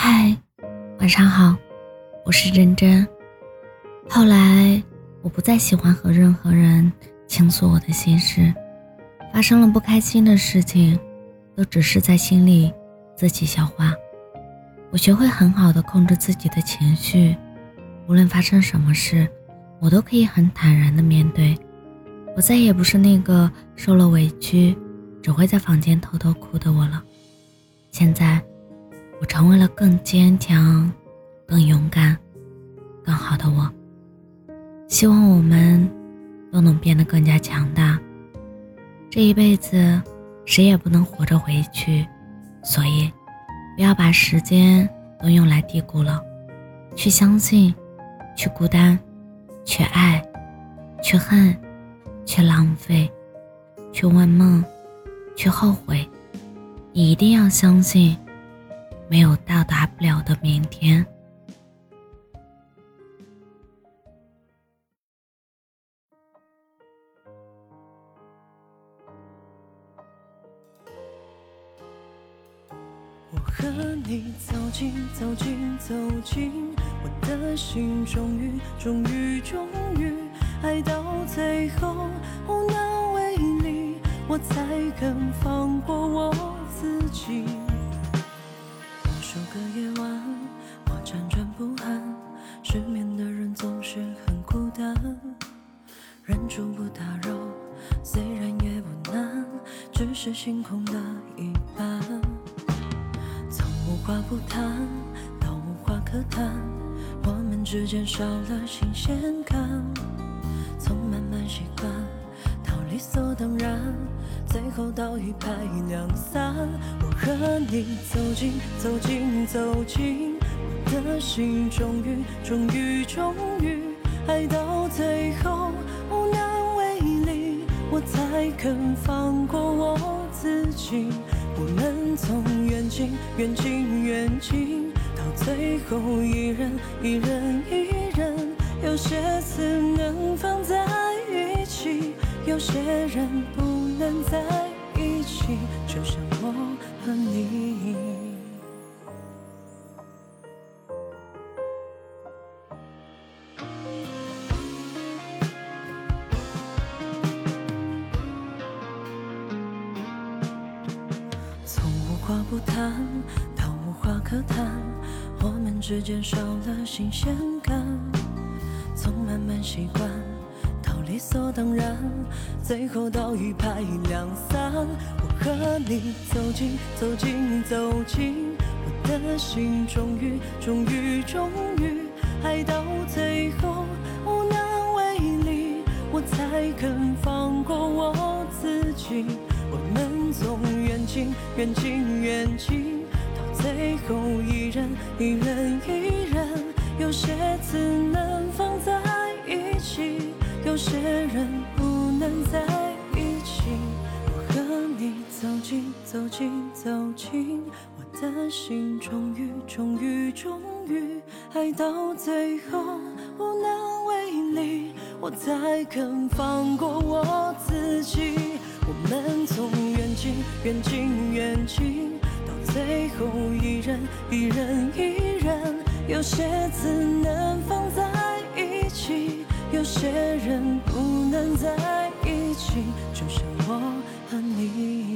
嗨，晚上好，我是真真。后来我不再喜欢和任何人倾诉我的心事，发生了不开心的事情，都只是在心里自己消化。我学会很好的控制自己的情绪，无论发生什么事，我都可以很坦然的面对。我再也不是那个受了委屈，只会在房间偷偷哭的我了。现在我成为了更坚强、更勇敢、更好的我。希望我们都能变得更加强大。这一辈子谁也不能活着回去，所以不要把时间都用来低估了。去相信，去孤单，去爱，去恨，去浪费，去问梦，去后悔。你一定要相信，没有到达不了的明天。 我和你走近走近走近，我的心终于爱到最后无能为力，我才肯放过我自己。无数个夜晚我辗转不安，失眠的人总是很孤单，忍住不打扰虽然也不难，只是星空的一半。从无话不谈到无话可谈，我们之间少了新鲜感，从慢慢习惯到理所当然，最后到一拍两散。我和你走近走近走近，我的心终于爱到最后无能为力，我才肯放过我自己。我们从远近到最后一人，有些词能放在一起，有些人不能在一起，就像我和你。从无话不谈到无话可谈，我们之间少了新鲜感，从慢慢习惯到理所当然，最后到一拍两散。我和你走近走近走近，我的心终于爱到最后无能为力，我才肯放过我自己。我们从远近到最后一人，有些词能放在一起，有些人不能在一起。我和你走近走近走近，我的心终于爱到最后无能为力，我才肯放过我自己。我们从远近到最后一人，有些词能放在一起，有些人不能在一起，就像我和你。